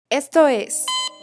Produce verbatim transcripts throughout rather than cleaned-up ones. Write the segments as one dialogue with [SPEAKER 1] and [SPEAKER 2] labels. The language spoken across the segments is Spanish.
[SPEAKER 1] Esto es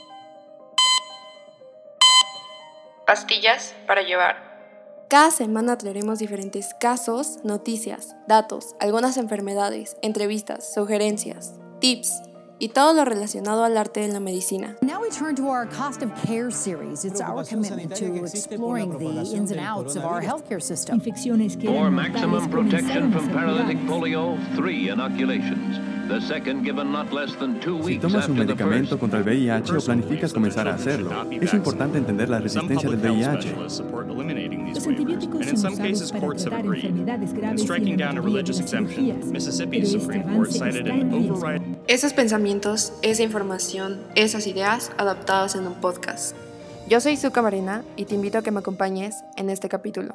[SPEAKER 1] Pastillas para llevar. Cada semana traeremos diferentes casos, noticias, datos, algunas enfermedades, entrevistas, sugerencias, tips y todo lo relacionado al arte de la medicina.
[SPEAKER 2] Now we turn to our cost of care series. It's our commitment to exploring the ins and outs of our healthcare system.
[SPEAKER 3] Infecciones que
[SPEAKER 4] For
[SPEAKER 3] eran
[SPEAKER 4] maximum
[SPEAKER 3] mortales
[SPEAKER 4] protection
[SPEAKER 3] comenzaron a
[SPEAKER 4] from
[SPEAKER 3] ser
[SPEAKER 4] paralytic
[SPEAKER 3] curadas.
[SPEAKER 4] polio, three inoculations. The second given not less than two
[SPEAKER 5] Si
[SPEAKER 4] weeks
[SPEAKER 5] tomas un
[SPEAKER 4] after the
[SPEAKER 5] medicamento
[SPEAKER 4] first.
[SPEAKER 5] contra el V I H o planificas comenzar a hacerlo, es importante entender la resistencia del V I H.
[SPEAKER 3] Los antibióticos son usados para tratar enfermedades graves y
[SPEAKER 6] striking
[SPEAKER 3] la
[SPEAKER 6] down a
[SPEAKER 3] mayoría de
[SPEAKER 6] religious
[SPEAKER 3] las
[SPEAKER 6] exemption,
[SPEAKER 3] cirugías,
[SPEAKER 6] Mississippi's
[SPEAKER 3] pero este
[SPEAKER 6] Supreme Court
[SPEAKER 3] avance
[SPEAKER 6] cited
[SPEAKER 3] está
[SPEAKER 6] an
[SPEAKER 3] en riesgo.
[SPEAKER 6] overriding
[SPEAKER 1] Esos pensamientos, esa información, esas ideas adaptadas en un podcast. Yo soy Zuka Marina y te invito a que me acompañes en este capítulo.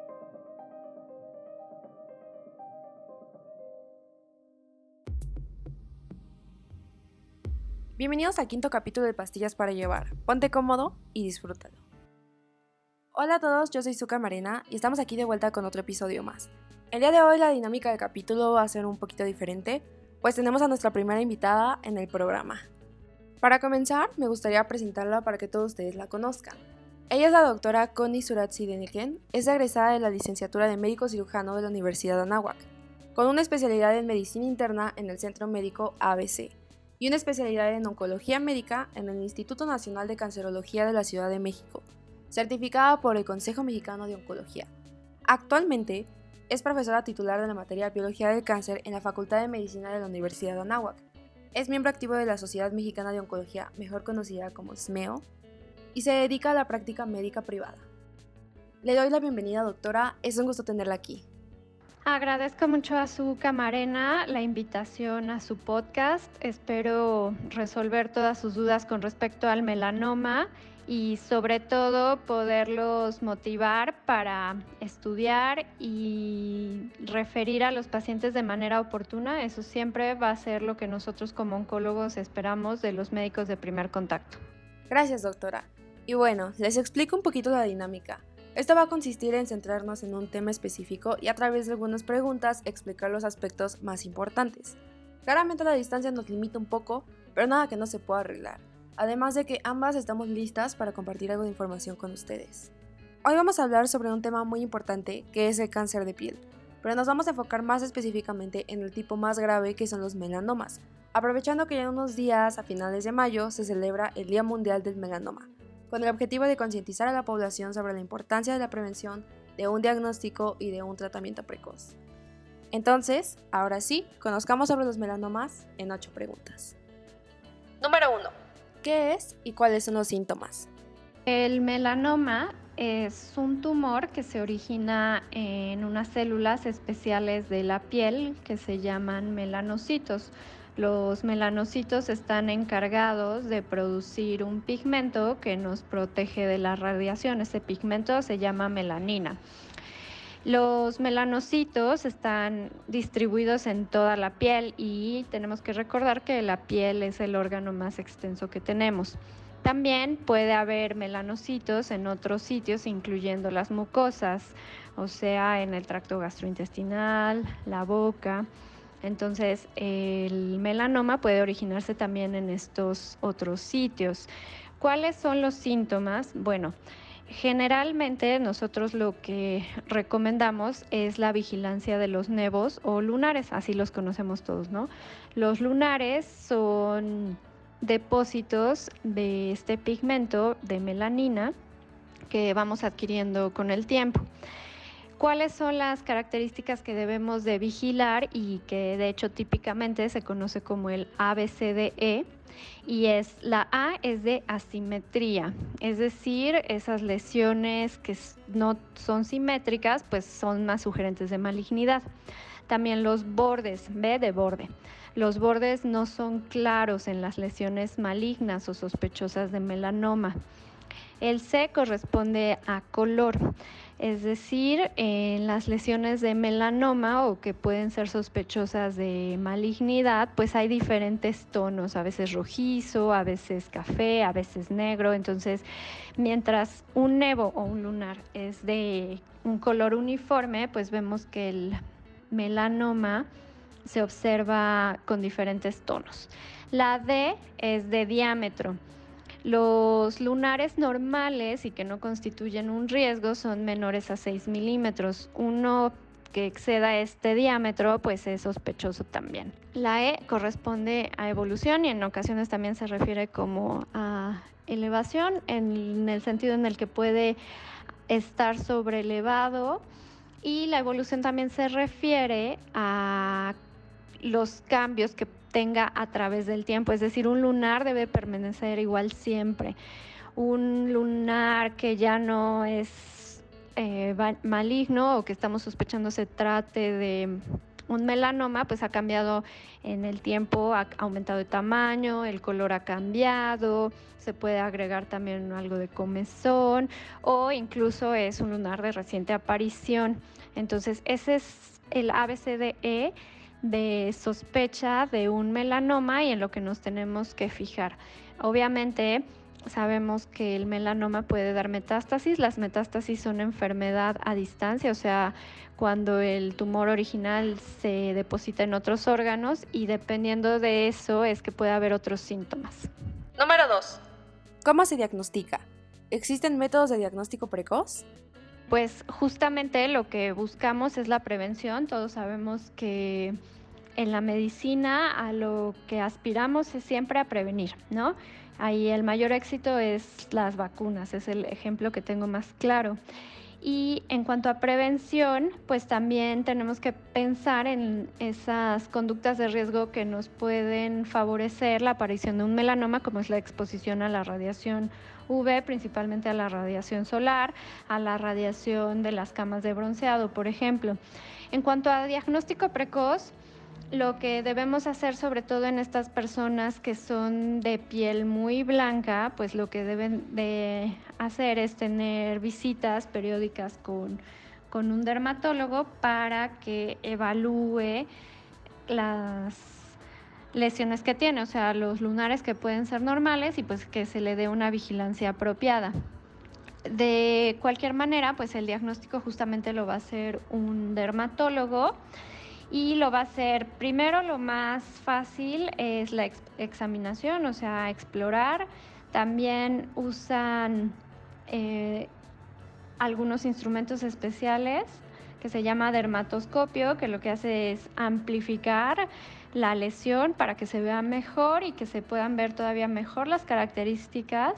[SPEAKER 1] Bienvenidos al quinto capítulo de Pastillas para Llevar. Ponte cómodo y disfrútalo. Hola a todos, yo soy Zuka Marina y estamos aquí de vuelta con otro episodio más. El día de hoy la dinámica del capítulo va a ser un poquito diferente, pues tenemos a nuestra primera invitada en el programa. Para comenzar, me gustaría presentarla para que todos ustedes la conozcan. Ella es la doctora Connie Suratzi-Deneken, es egresada de la licenciatura de médico cirujano de la Universidad de Anáhuac, con una especialidad en medicina interna en el Centro Médico A B C y una especialidad en oncología médica en el Instituto Nacional de Cancerología de la Ciudad de México, certificada por el Consejo Mexicano de Oncología. Actualmente, es profesora titular de la materia Biología del Cáncer en la Facultad de Medicina de la Universidad de Anáhuac. Es miembro activo de la Sociedad Mexicana de Oncología, mejor conocida como S M E O, y se dedica a la práctica médica privada. Le doy la bienvenida, doctora. Es un gusto tenerla aquí.
[SPEAKER 7] Agradezco mucho a Zuka Marina la invitación a su podcast. Espero resolver todas sus dudas con respecto al melanoma y sobre todo poderlos motivar para estudiar y referir a los pacientes de manera oportuna. Eso siempre va a ser lo que nosotros como oncólogos esperamos de los médicos de primer contacto.
[SPEAKER 1] Gracias, doctora. Y bueno, les explico un poquito la dinámica. Esto va a consistir en centrarnos en un tema específico y a través de algunas preguntas explicar los aspectos más importantes. Claramente la distancia nos limita un poco, pero nada que no se pueda arreglar. Además de que ambas estamos listas para compartir algo de información con ustedes. Hoy vamos a hablar sobre un tema muy importante que es el cáncer de piel, pero nos vamos a enfocar más específicamente en el tipo más grave que son los melanomas, aprovechando que ya en unos días, a finales de mayo, se celebra el Día Mundial del Melanoma, con el objetivo de concientizar a la población sobre la importancia de la prevención, de un diagnóstico y de un tratamiento precoz. Entonces, ahora sí, conozcamos sobre los melanomas en ocho preguntas. Número uno. ¿Qué es y cuáles son los síntomas?
[SPEAKER 7] El melanoma es un tumor que se origina en unas células especiales de la piel que se llaman melanocitos. Los melanocitos están encargados de producir un pigmento que nos protege de la radiación. Ese pigmento se llama melanina. Los melanocitos están distribuidos en toda la piel y tenemos que recordar que la piel es el órgano más extenso que tenemos. También puede haber melanocitos en otros sitios, incluyendo las mucosas, o sea, en el tracto gastrointestinal, la boca. Entonces, el melanoma puede originarse también en estos otros sitios. ¿Cuáles son los síntomas? Bueno, generalmente nosotros lo que recomendamos es la vigilancia de los nevos o lunares, así los conocemos todos, ¿no? Los lunares son depósitos de este pigmento de melanina que vamos adquiriendo con el tiempo. ¿Cuáles son las características que debemos de vigilar y que de hecho típicamente se conoce como el A B C D E? Y es la A es de asimetría, es decir, esas lesiones que no son simétricas pues son más sugerentes de malignidad. También los bordes, B de borde. Los bordes no son claros en las lesiones malignas o sospechosas de melanoma. El C corresponde a color, es decir, en las lesiones de melanoma o que pueden ser sospechosas de malignidad, pues hay diferentes tonos, a veces rojizo, a veces café, a veces negro. Entonces, mientras un nevo o un lunar es de un color uniforme, pues vemos que el melanoma se observa con diferentes tonos. La D es de diámetro. Los lunares normales y que no constituyen un riesgo son menores a seis milímetros. Uno que exceda este diámetro, pues es sospechoso también. La E corresponde a evolución y en ocasiones también se refiere como a elevación, en el sentido en el que puede estar sobrelevado, y la evolución también se refiere a los cambios que tenga a través del tiempo, es decir, un lunar debe permanecer igual siempre. Un lunar que ya no es eh, maligno o que estamos sospechando se trate de un melanoma, pues ha cambiado en el tiempo, ha aumentado de tamaño, el color ha cambiado, se puede agregar también algo de comezón o incluso es un lunar de reciente aparición. Entonces ese es el A B C D E de sospecha de un melanoma y en lo que nos tenemos que fijar. Obviamente sabemos que el melanoma puede dar metástasis. Las metástasis son enfermedad a distancia, o sea, cuando el tumor original se deposita en otros órganos, y dependiendo de eso es que puede haber otros síntomas.
[SPEAKER 1] Número dos. ¿Cómo se diagnostica? ¿Existen métodos de diagnóstico precoz?
[SPEAKER 7] Pues justamente lo que buscamos es la prevención. Todos sabemos que en la medicina a lo que aspiramos es siempre a prevenir, ¿no? Ahí el mayor éxito es las vacunas, es el ejemplo que tengo más claro. Y en cuanto a prevención, pues también tenemos que pensar en esas conductas de riesgo que nos pueden favorecer la aparición de un melanoma, como es la exposición a la radiación U V, principalmente a la radiación solar, a la radiación de las camas de bronceado, por ejemplo. En cuanto a diagnóstico precoz, lo que debemos hacer, sobre todo en estas personas que son de piel muy blanca, pues lo que deben de hacer es tener visitas periódicas con, con un dermatólogo para que evalúe las lesiones que tiene, o sea, los lunares que pueden ser normales, y pues que se le dé una vigilancia apropiada. De cualquier manera, pues el diagnóstico justamente lo va a hacer un dermatólogo. Y lo va a hacer, primero lo más fácil es la ex- examinación, o sea, explorar. También usan eh, algunos instrumentos especiales que se llama dermatoscopio, que lo que hace es amplificar la lesión para que se vea mejor y que se puedan ver todavía mejor las características.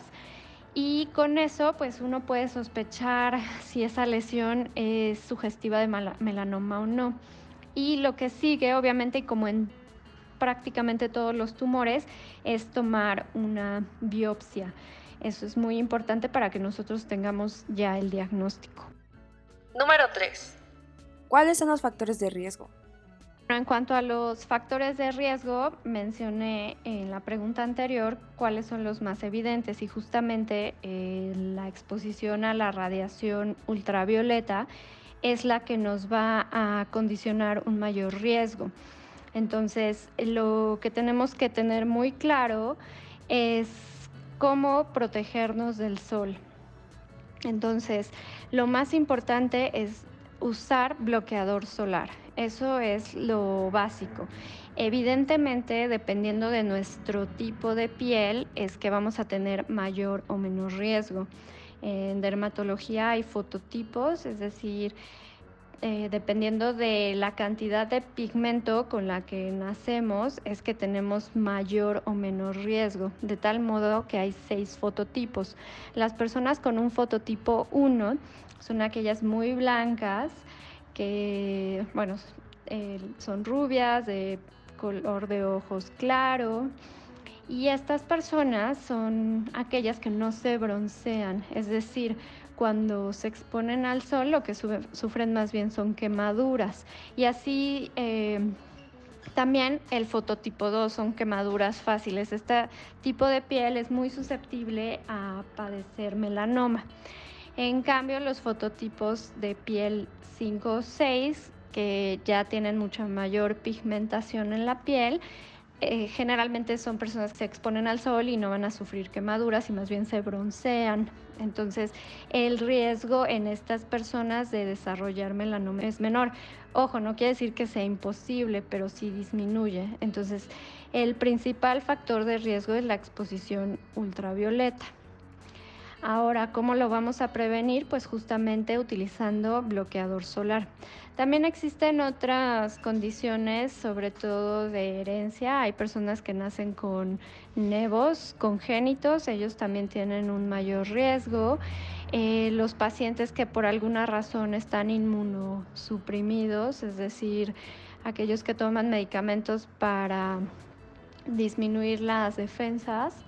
[SPEAKER 7] Y con eso, pues uno puede sospechar si esa lesión es sugestiva de mal- melanoma o no. Y lo que sigue, obviamente, y como en prácticamente todos los tumores, es tomar una biopsia. Eso es muy importante para que nosotros tengamos ya el diagnóstico.
[SPEAKER 1] Número tres. ¿Cuáles son los factores de riesgo?
[SPEAKER 7] Bueno, en cuanto a los factores de riesgo, mencioné en la pregunta anterior cuáles son los más evidentes, y justamente eh, la exposición a la radiación ultravioleta es la que nos va a condicionar un mayor riesgo. Entonces, lo que tenemos que tener muy claro es cómo protegernos del sol. Entonces, lo más importante es usar bloqueador solar. Eso es lo básico. Evidentemente, dependiendo de nuestro tipo de piel, es que vamos a tener mayor o menor riesgo. En dermatología hay fototipos, es decir, eh, dependiendo de la cantidad de pigmento con la que nacemos, es que tenemos mayor o menor riesgo, de tal modo que hay seis fototipos. Las personas con un fototipo uno son aquellas muy blancas, que, bueno, eh, son rubias, de color de ojos claro. Y estas personas son aquellas que no se broncean, es decir, cuando se exponen al sol lo que sufren más bien son quemaduras. Y así eh, también el fototipo dos son quemaduras fáciles. Este tipo de piel es muy susceptible a padecer melanoma. En cambio, los fototipos de piel cinco o seis, que ya tienen mucha mayor pigmentación en la piel, Eh, generalmente son personas que se exponen al sol y no van a sufrir quemaduras y más bien se broncean. Entonces, el riesgo en estas personas de desarrollar melanoma es menor. Ojo, no quiere decir que sea imposible, pero sí disminuye. Entonces, el principal factor de riesgo es la exposición ultravioleta. Ahora, ¿cómo lo vamos a prevenir? Pues justamente utilizando bloqueador solar. También existen otras condiciones, sobre todo de herencia. Hay personas que nacen con nevos congénitos, ellos también tienen un mayor riesgo. Eh, los pacientes que por alguna razón están inmunosuprimidos, es decir, aquellos que toman medicamentos para disminuir las defensas,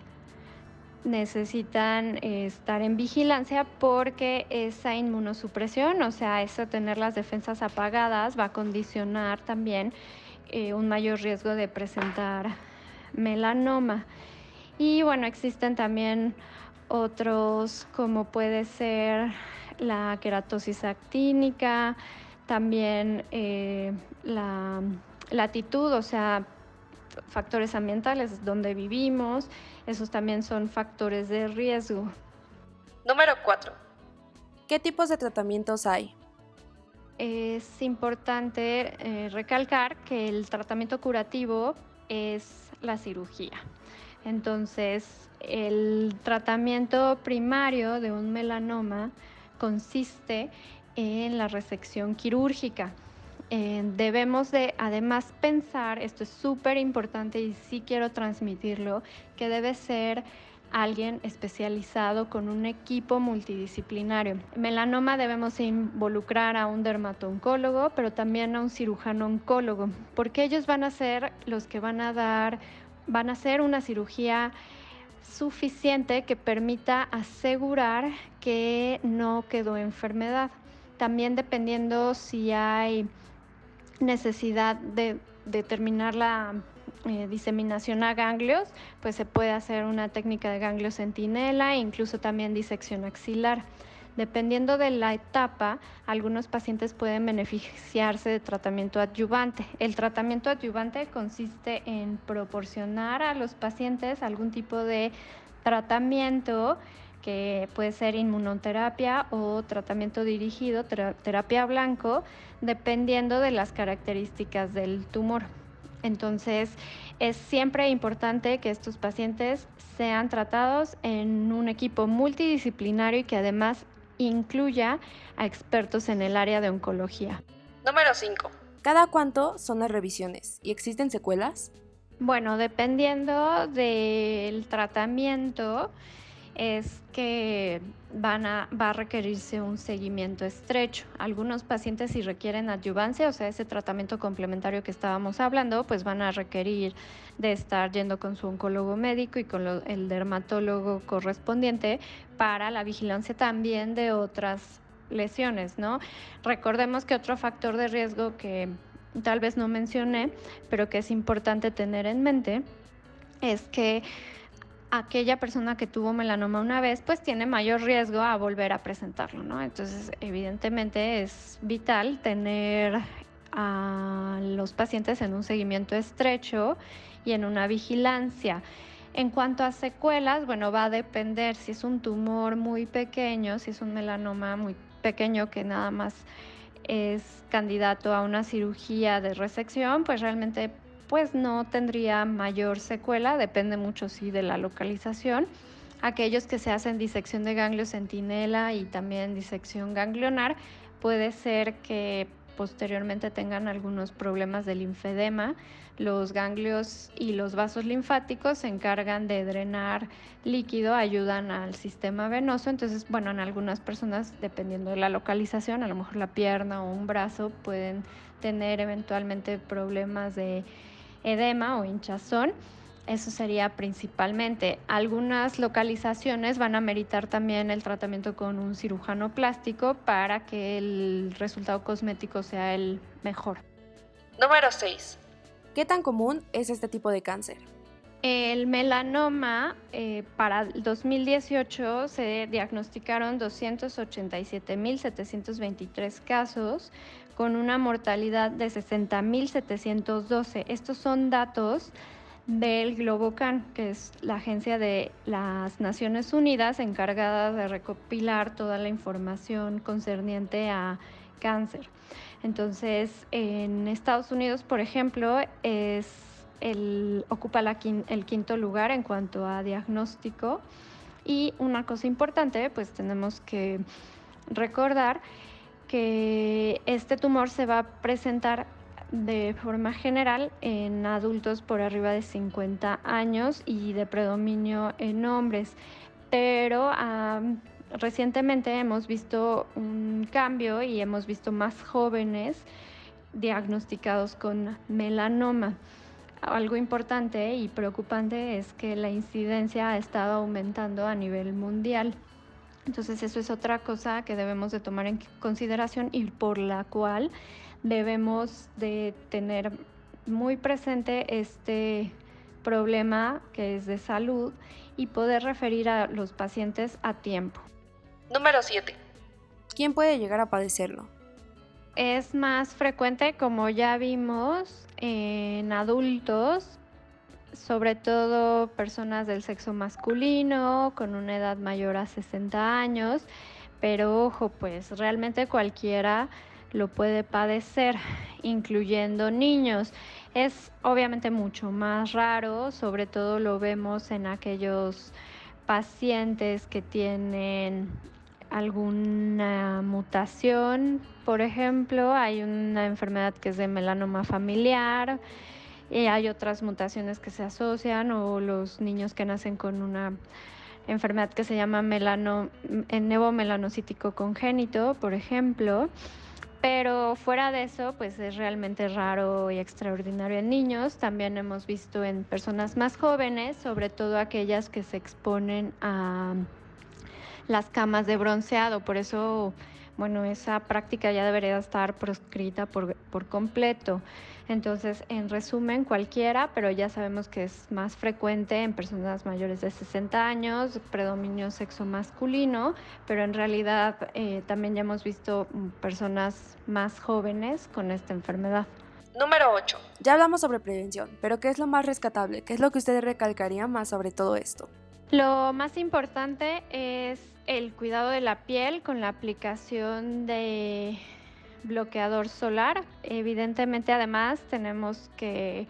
[SPEAKER 7] necesitan eh, estar en vigilancia porque esa inmunosupresión, o sea, eso tener las defensas apagadas, va a condicionar también eh, un mayor riesgo de presentar melanoma. Y bueno, existen también otros como puede ser la queratosis actínica, también eh, la latitud, o sea, factores ambientales, donde vivimos, esos también son factores de riesgo.
[SPEAKER 1] Número cuatro. ¿Qué tipos de tratamientos hay?
[SPEAKER 7] Es importante eh, recalcar que el tratamiento curativo es la cirugía. Entonces, el tratamiento primario de un melanoma consiste en la resección quirúrgica. Eh, debemos de además pensar, esto es súper importante y sí quiero transmitirlo, que debe ser alguien especializado con un equipo multidisciplinario. Melanoma debemos involucrar a un dermatooncólogo, pero también a un cirujano oncólogo, porque ellos van a ser los que van a dar, van a hacer una cirugía suficiente que permita asegurar que no quedó enfermedad. También dependiendo si hay necesidad de determinar la eh, diseminación a ganglios, pues se puede hacer una técnica de ganglio centinela e incluso también disección axilar. Dependiendo de la etapa, algunos pacientes pueden beneficiarse de tratamiento adyuvante. El tratamiento adyuvante consiste en proporcionar a los pacientes algún tipo de tratamiento que puede ser inmunoterapia o tratamiento dirigido, terapia blanco, dependiendo de las características del tumor. Entonces, es siempre importante que estos pacientes sean tratados en un equipo multidisciplinario y que además incluya a expertos en el área de oncología.
[SPEAKER 1] Número cinco. ¿Cada cuánto son las revisiones? ¿Y existen secuelas?
[SPEAKER 7] Bueno, dependiendo del tratamiento, es que van a, va a requerirse un seguimiento estrecho. Algunos pacientes, si requieren adyuvancia, o sea, ese tratamiento complementario que estábamos hablando, pues van a requerir de estar yendo con su oncólogo médico y con lo, el dermatólogo correspondiente para la vigilancia también de otras lesiones, ¿no? Recordemos que otro factor de riesgo que tal vez no mencioné, pero que es importante tener en mente, es que aquella persona que tuvo melanoma una vez, pues tiene mayor riesgo a volver a presentarlo, ¿no? Entonces, evidentemente es vital tener a los pacientes en un seguimiento estrecho y en una vigilancia. En cuanto a secuelas, bueno, va a depender si es un tumor muy pequeño, si es un melanoma muy pequeño que nada más es candidato a una cirugía de resección, pues realmente pues no tendría mayor secuela, depende mucho sí de la localización. Aquellos que se hacen disección de ganglio centinela y también disección ganglionar, puede ser que posteriormente tengan algunos problemas de linfedema. Los ganglios y los vasos linfáticos se encargan de drenar líquido, ayudan al sistema venoso. Entonces, bueno, en algunas personas, dependiendo de la localización, a lo mejor la pierna o un brazo pueden tener eventualmente problemas de edema o hinchazón. Eso sería principalmente. Algunas localizaciones van a meritar también el tratamiento con un cirujano plástico para que el resultado cosmético sea el mejor.
[SPEAKER 1] Número seis. ¿Qué tan común es este tipo de cáncer?
[SPEAKER 7] El melanoma, eh, para el dos mil dieciocho se diagnosticaron doscientos ochenta y siete mil setecientos veintitrés casos con una mortalidad de sesenta mil setecientos doce. Estos son datos del GloboCan, que es la agencia de las Naciones Unidas encargada de recopilar toda la información concerniente a cáncer. Entonces, en Estados Unidos, por ejemplo, es el, ocupa la, el quinto lugar en cuanto a diagnóstico. Y una cosa importante, pues tenemos que recordar que este tumor se va a presentar de forma general en adultos por arriba de cincuenta años y de predominio en hombres, pero um, recientemente hemos visto un cambio y hemos visto más jóvenes diagnosticados con melanoma. Algo importante y preocupante es que la incidencia ha estado aumentando a nivel mundial. Entonces eso es otra cosa que debemos de tomar en consideración y por la cual debemos de tener muy presente este problema que es de salud y poder referir a los pacientes a tiempo.
[SPEAKER 1] Número siete. ¿Quién puede llegar a padecerlo?
[SPEAKER 7] Es más frecuente, como ya vimos, en adultos, sobre todo personas del sexo masculino, con una edad mayor a sesenta años, pero ojo, pues realmente cualquiera lo puede padecer, incluyendo niños. Es obviamente mucho más raro, sobre todo lo vemos en aquellos pacientes que tienen alguna mutación. Por ejemplo, hay una enfermedad que es de melanoma familiar, y hay otras mutaciones que se asocian, o los niños que nacen con una enfermedad que se llama melano, nevomelanocítico congénito, por ejemplo. Pero fuera de eso, pues es realmente raro y extraordinario en niños. También hemos visto en personas más jóvenes, sobre todo aquellas que se exponen a las camas de bronceado. Por eso, bueno, esa práctica ya debería estar proscrita por, por completo. Entonces, en resumen, cualquiera, pero ya sabemos que es más frecuente en personas mayores de sesenta años, predominio sexo masculino, pero en realidad eh, también ya hemos visto personas más jóvenes con esta enfermedad.
[SPEAKER 1] Número ocho. Ya hablamos sobre prevención, pero ¿qué es lo más rescatable? ¿Qué es lo que ustedes recalcarían más sobre todo esto?
[SPEAKER 7] Lo más importante es el cuidado de la piel con la aplicación de bloqueador solar. Evidentemente, además, tenemos que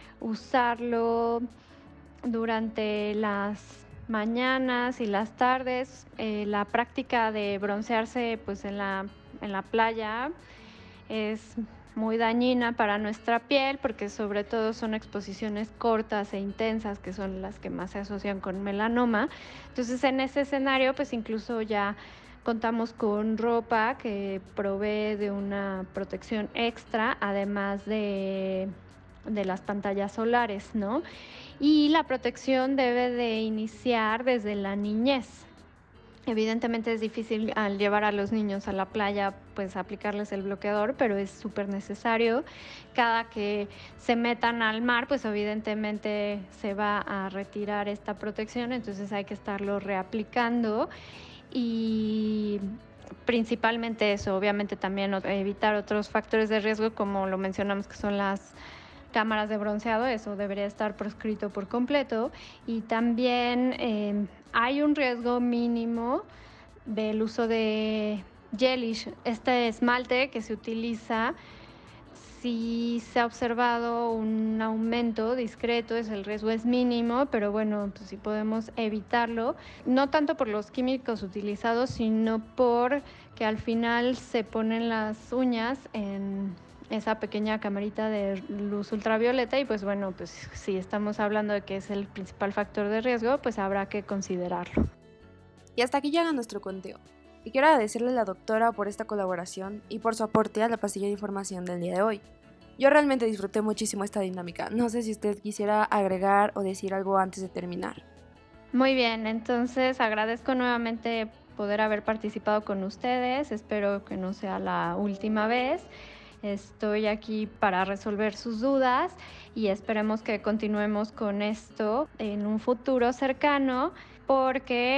[SPEAKER 7] usarlo durante las mañanas y las tardes. Eh, la práctica de broncearse pues en la, en la playa es muy dañina para nuestra piel porque sobre todo son exposiciones cortas e intensas que son las que más se asocian con melanoma. Entonces, en ese escenario, pues incluso ya contamos con ropa que provee de una protección extra, además de, de las pantallas solares, ¿no? Y la protección debe de iniciar desde la niñez. Evidentemente es difícil al llevar a los niños a la playa, pues aplicarles el bloqueador, pero es súper necesario. Cada que se metan al mar, pues evidentemente se va a retirar esta protección, entonces hay que estarlo reaplicando. Y principalmente eso, obviamente también evitar otros factores de riesgo como lo mencionamos que son las cámaras de bronceado, eso debería estar proscrito por completo. Y también eh, hay un riesgo mínimo del uso de gelish, este esmalte que se utiliza. Sí se ha observado un aumento discreto, es el riesgo es mínimo, pero bueno, pues sí podemos evitarlo, no tanto por los químicos utilizados, sino por que al final se ponen las uñas en esa pequeña camarita de luz ultravioleta y pues bueno, pues si estamos hablando de que es el principal factor de riesgo, pues habrá que considerarlo.
[SPEAKER 1] Y hasta aquí llega nuestro conteo. Y quiero agradecerle a la doctora por esta colaboración y por su aporte a la pastilla de información del día de hoy. Yo realmente disfruté muchísimo esta dinámica. No sé si usted quisiera agregar o decir algo antes de terminar.
[SPEAKER 7] Muy bien, entonces agradezco nuevamente poder haber participado con ustedes. Espero que no sea la última vez. Estoy aquí para resolver sus dudas y esperemos que continuemos con esto en un futuro cercano porque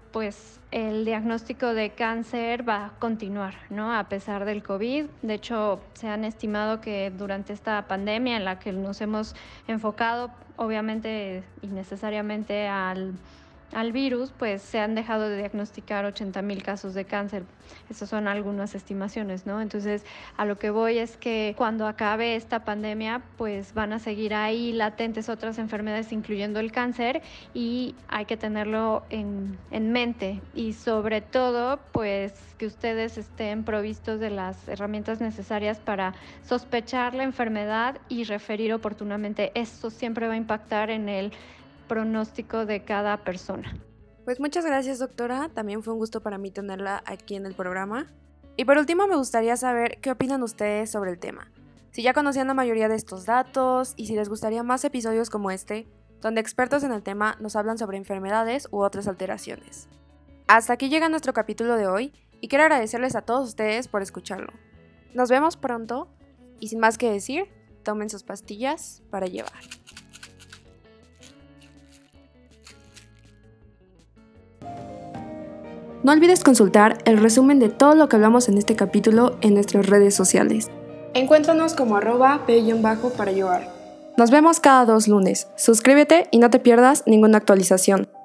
[SPEAKER 7] pues el diagnóstico de cáncer va a continuar, ¿no? A pesar del COVID. De hecho, se han estimado que durante esta pandemia en la que nos hemos enfocado, obviamente y necesariamente al al virus, pues se han dejado de diagnosticar ochenta mil casos de cáncer. Esas son algunas estimaciones, ¿no? Entonces, a lo que voy es que cuando acabe esta pandemia, pues van a seguir ahí latentes otras enfermedades, incluyendo el cáncer, y hay que tenerlo en, en mente. Y sobre todo, pues que ustedes estén provistos de las herramientas necesarias para sospechar la enfermedad y referir oportunamente. Esto siempre va a impactar en el pronóstico de cada persona.
[SPEAKER 1] Pues muchas gracias, doctora. También fue un gusto para mí tenerla aquí en el programa. Y por último, me gustaría saber qué opinan ustedes sobre el tema. Si ya conocían la mayoría de estos datos y si les gustaría más episodios como este, donde expertos en el tema nos hablan sobre enfermedades u otras alteraciones. Hasta aquí llega nuestro capítulo de hoy y quiero agradecerles a todos ustedes por escucharlo. Nos vemos pronto y sin más que decir, tomen sus pastillas para llevar. No olvides consultar el resumen de todo lo que hablamos en este capítulo en nuestras redes sociales. Encuéntranos como arroba p-para llevar. Nos vemos cada dos lunes. Suscríbete y no te pierdas ninguna actualización.